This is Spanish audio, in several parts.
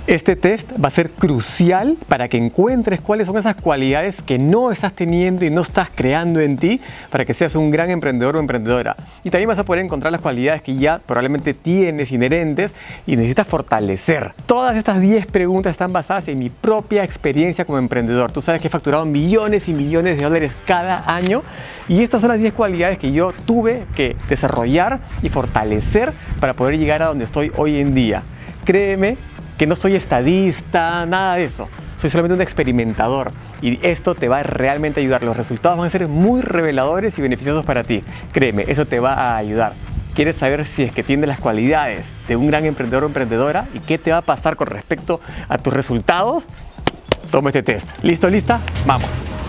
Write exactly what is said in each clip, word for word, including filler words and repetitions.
Este test va a ser crucial para que encuentres cuáles son esas cualidades que no estás teniendo y no estás creando en ti para que seas un gran emprendedor o emprendedora. Y también vas a poder encontrar las cualidades que ya probablemente tienes inherentes y necesitas fortalecer. Todas estas diez preguntas están basadas en mi propia experiencia como emprendedor. Tú sabes que he facturado millones y millones de dólares cada año y estas son las diez cualidades que yo tuve que desarrollar y fortalecer para poder llegar a donde estoy hoy en día. Créeme que no soy estadista, nada de eso. Soy solamente un experimentador y esto te va a realmente ayudar. Los resultados van a ser muy reveladores y beneficiosos para ti. Créeme, eso te va a ayudar. ¿Quieres saber si es que tienes las cualidades de un gran emprendedor o emprendedora y qué te va a pasar con respecto a tus resultados? Toma este test. ¿Listo? ¿Lista? ¡Vamos!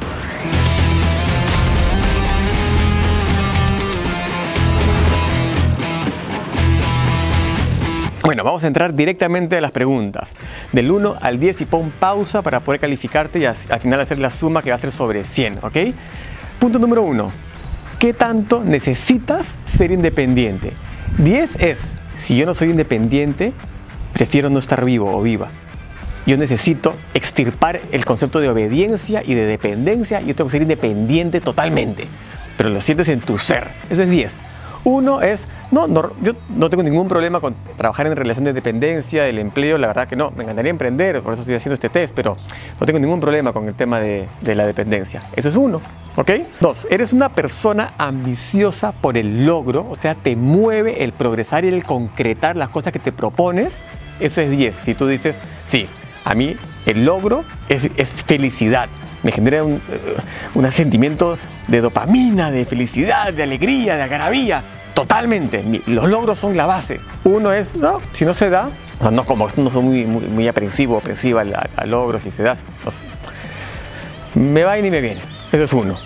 Bueno, vamos a entrar directamente a las preguntas. Del uno al diez y pon pausa para poder calificarte y al final hacer la suma que va a ser sobre cien, ¿ok? Punto número uno. ¿Qué tanto necesitas ser independiente? diez es, si yo no soy independiente, prefiero no estar vivo o viva. Yo necesito extirpar el concepto de obediencia y de dependencia y yo tengo que ser independiente totalmente. Pero lo sientes en tu ser. Eso es diez. uno es, no, no, yo no tengo ningún problema con trabajar en relación de dependencia, del empleo, la verdad que no, me encantaría emprender, por eso estoy haciendo este test, pero no tengo ningún problema con el tema de, de la dependencia. Eso es uno, ¿ok? Dos, eres una persona ambiciosa por el logro, o sea, te mueve el progresar y el concretar las cosas que te propones. Eso es diez, si tú dices, sí, a mí el logro es, es felicidad. Me genera un, un sentimiento de dopamina, de felicidad, de alegría, de algarabía. Totalmente. Los logros son la base. Uno es, no, si no se da, no, no como no soy muy, muy, muy aprensivo, aprensiva al, al logro, si se da, no, me va y ni me viene. Eso es uno.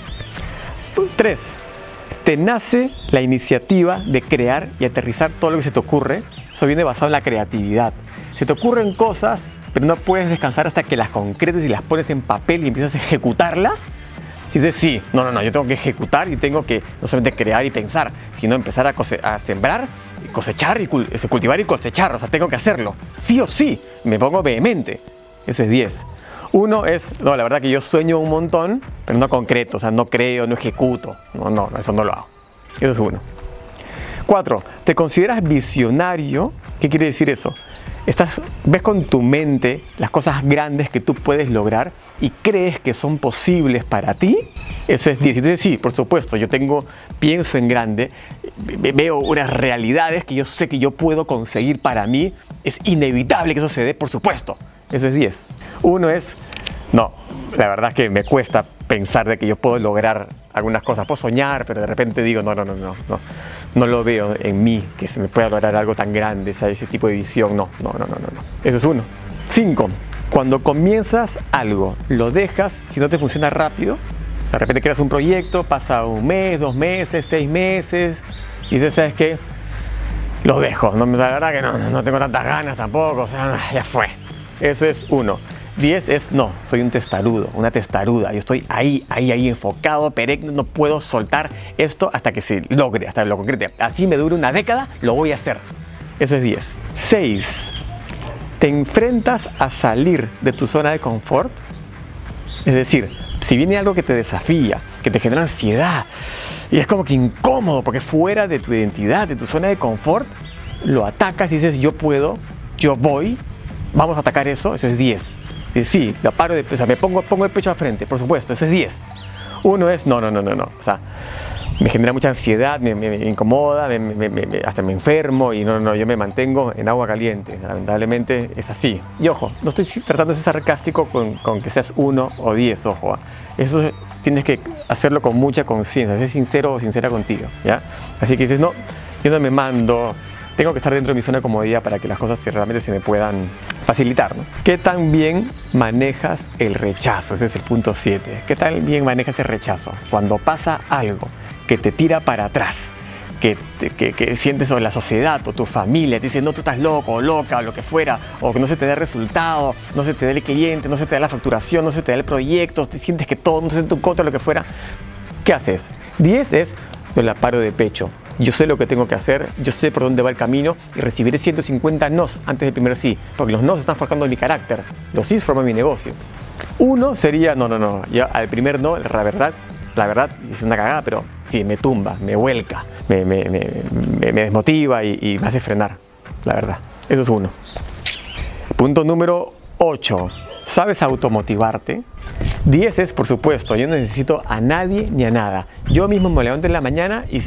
Tres, te nace la iniciativa de crear y aterrizar todo lo que se te ocurre. Eso viene basado en la creatividad. Se te ocurren cosas, pero no puedes descansar hasta que las concretes y las pones en papel y empiezas a ejecutarlas. Si dices, sí, no, no, no, yo tengo que ejecutar y tengo que no solamente crear y pensar, sino empezar a, a sembrar, cosechar y cul cultivar y cosechar. O sea, tengo que hacerlo. Sí o sí, me pongo vehemente. Eso es diez. Uno es, no, la verdad que yo sueño un montón, pero no concreto, o sea, no creo, no ejecuto. No, no, eso no lo hago. Eso es uno. Cuatro, ¿te consideras visionario? ¿Qué quiere decir eso? Estás, ves con tu mente las cosas grandes que tú puedes lograr y crees que son posibles para ti. Eso es diez. Entonces sí, por supuesto, yo tengo, pienso en grande, veo unas realidades que yo sé que yo puedo conseguir para mí. Es inevitable que eso se dé, por supuesto. Eso es diez. Uno es, no, la verdad es que me cuesta pensar de que yo puedo lograr algunas cosas. Puedo soñar, pero de repente digo, no, no, no, no, no. No lo veo en mí, que se me pueda lograr algo tan grande, ese tipo de visión. No, no, no, no, no. Eso es uno. Cinco. Cuando comienzas algo, lo dejas, si no te funciona rápido, o sea, de repente creas un proyecto, pasa un mes, dos meses, seis meses, y dices, ¿sabes qué? Lo dejo. No, la verdad que no, no tengo tantas ganas tampoco, o sea, ya fue. Eso es uno. diez es, no, soy un testarudo, una testaruda. Yo estoy ahí, ahí, ahí, enfocado, perenne, no puedo soltar esto hasta que se logre, hasta lo concrete. Así me dure una década, lo voy a hacer. Eso es diez. seis. ¿Te enfrentas a salir de tu zona de confort? Es decir, si viene algo que te desafía, que te genera ansiedad, y es como que incómodo porque fuera de tu identidad, de tu zona de confort, lo atacas y dices, yo puedo, yo voy, vamos a atacar eso. Eso es diez. Y sí, lo paro de, o sea, me pongo, pongo el pecho al frente, por supuesto, eso es diez. Uno es, no, no, no, no, no, o sea, me genera mucha ansiedad, me, me, me incomoda, me, me, me, hasta me enfermo y no, no, yo me mantengo en agua caliente. Lamentablemente es así. Y ojo, no estoy tratando de ser sarcástico con, con que seas uno o diez, ojo. ¿eh? Eso tienes que hacerlo con mucha conciencia, ser sincero o sincera contigo, ¿ya? Así que dices, no, yo no me mando, tengo que estar dentro de mi zona de comodidad para que las cosas realmente se me puedan facilitar, ¿no? ¿Qué tan bien manejas el rechazo? Ese es el punto siete. ¿Qué tan bien manejas el rechazo? Cuando pasa algo que te tira para atrás, que, que, que sientes sobre la sociedad o tu familia, te dicen, no, tú estás loco o loca o lo que fuera, o que no se te da el resultado, no se te da el cliente, no se te da la facturación, no se te da el proyecto, te sientes que todo no se en tu contra, lo que fuera. ¿Qué haces? diez es, yo la paro de pecho. yo sé lo que tengo que hacer, yo sé por dónde va el camino y recibiré ciento cincuenta nos antes del primer sí, porque los nos están forjando mi carácter, los sí forman mi negocio. Uno sería, no, no, no, ya al primer no, la verdad, la verdad es una cagada, pero sí, me tumba, me vuelca, me, me, me, me, me desmotiva y, y me hace frenar, la verdad. Eso es uno. Punto número ocho. ¿Sabes automotivarte? diez es, por supuesto, yo no necesito a nadie ni a nada. Yo mismo me levanto en la mañana y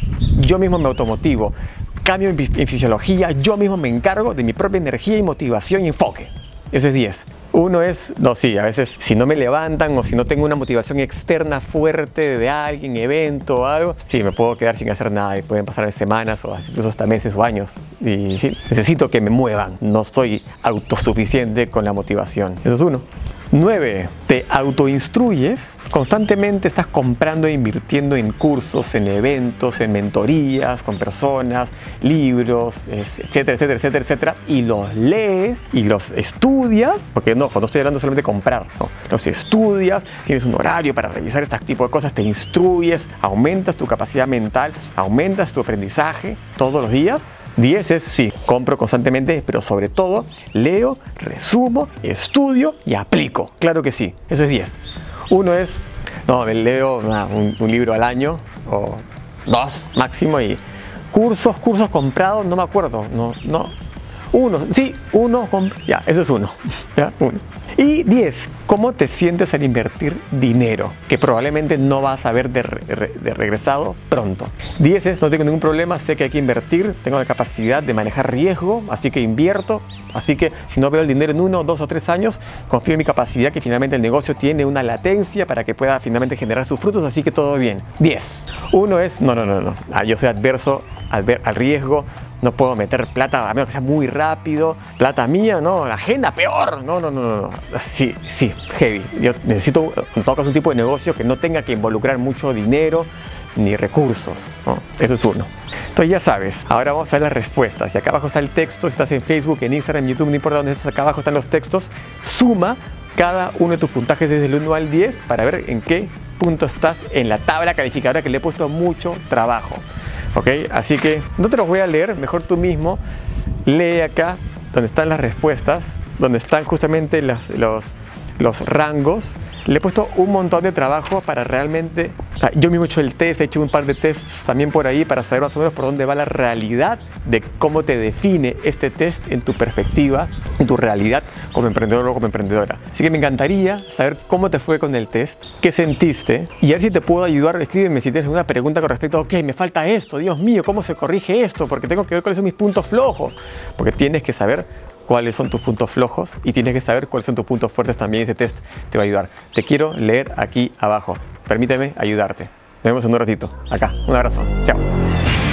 yo mismo me automotivo. Cambio en, en fisiología, yo mismo me encargo de mi propia energía y motivación y enfoque. Eso es diez. Uno es, no, sí, a veces si no me levantan o si no tengo una motivación externa fuerte de alguien, evento o algo, sí, me puedo quedar sin hacer nada y pueden pasar semanas o incluso hasta meses o años. Y sí, necesito que me muevan, no soy autosuficiente con la motivación. Eso es uno. nueve. Te autoinstruyes. Constantemente estás comprando e invirtiendo en cursos, en eventos, en mentorías, con personas, libros, etcétera, etcétera, etcétera, etcétera. Y los lees y los estudias. Porque no, no estoy hablando solamente de comprar, no. Los estudias, tienes un horario para revisar este tipo de cosas, te instruyes, aumentas tu capacidad mental, aumentas tu aprendizaje todos los días. diez es, sí, compro constantemente, pero sobre todo leo, resumo, estudio y aplico. Claro que sí, eso es diez. Uno es, no, me leo nah, un, un libro al año o dos máximo y cursos, cursos comprados, no me acuerdo, no, no. Uno, sí, uno, ya, eso es uno, ya, uno. Y diez, ¿cómo te sientes al invertir dinero? Que probablemente no vas a ver de, re, de regresado pronto. diez es, no tengo ningún problema, sé que hay que invertir, tengo la capacidad de manejar riesgo, así que invierto. Así que si no veo el dinero en uno, dos o tres años, confío en mi capacidad que finalmente el negocio tiene una latencia para que pueda finalmente generar sus frutos, así que todo bien. diez. Uno es, no, no, no, no, ah, yo soy adverso al, ver, al riesgo. No puedo meter plata, a menos que sea muy rápido. Plata mía, no, la agenda peor. No, no, no, no. Sí, sí, heavy. Yo necesito, en todo caso, un tipo de negocio que no tenga que involucrar mucho dinero ni recursos, ¿no? Eso es uno. Entonces ya sabes, ahora vamos a ver las respuestas. Y acá abajo está el texto, si estás en Facebook, en Instagram, en YouTube, no importa dónde estés, acá abajo están los textos. Suma cada uno de tus puntajes desde el uno al diez para ver en qué punto estás en la tabla calificadora que le he puesto mucho trabajo. ¿Ok? Así que no te los voy a leer, mejor tú mismo lee acá donde están las respuestas, donde están justamente los, los, los rangos. Le he puesto un montón de trabajo para realmente... O sea, yo mismo he hecho el test, he hecho un par de tests también por ahí para saber más o menos por dónde va la realidad de cómo te define este test en tu perspectiva, en tu realidad como emprendedor o como emprendedora. Así que me encantaría saber cómo te fue con el test, qué sentiste y a ver si te puedo ayudar. Escríbeme si tienes alguna pregunta con respecto a, ok, me falta esto, Dios mío, ¿cómo se corrige esto? Porque tengo que ver cuáles son mis puntos flojos. Porque tienes que saber cuáles son tus puntos flojos y tienes que saber cuáles son tus puntos fuertes también. Ese test te va a ayudar. Te quiero leer aquí abajo. Permíteme ayudarte. Nos vemos en un ratito. Acá. Un abrazo. Chao.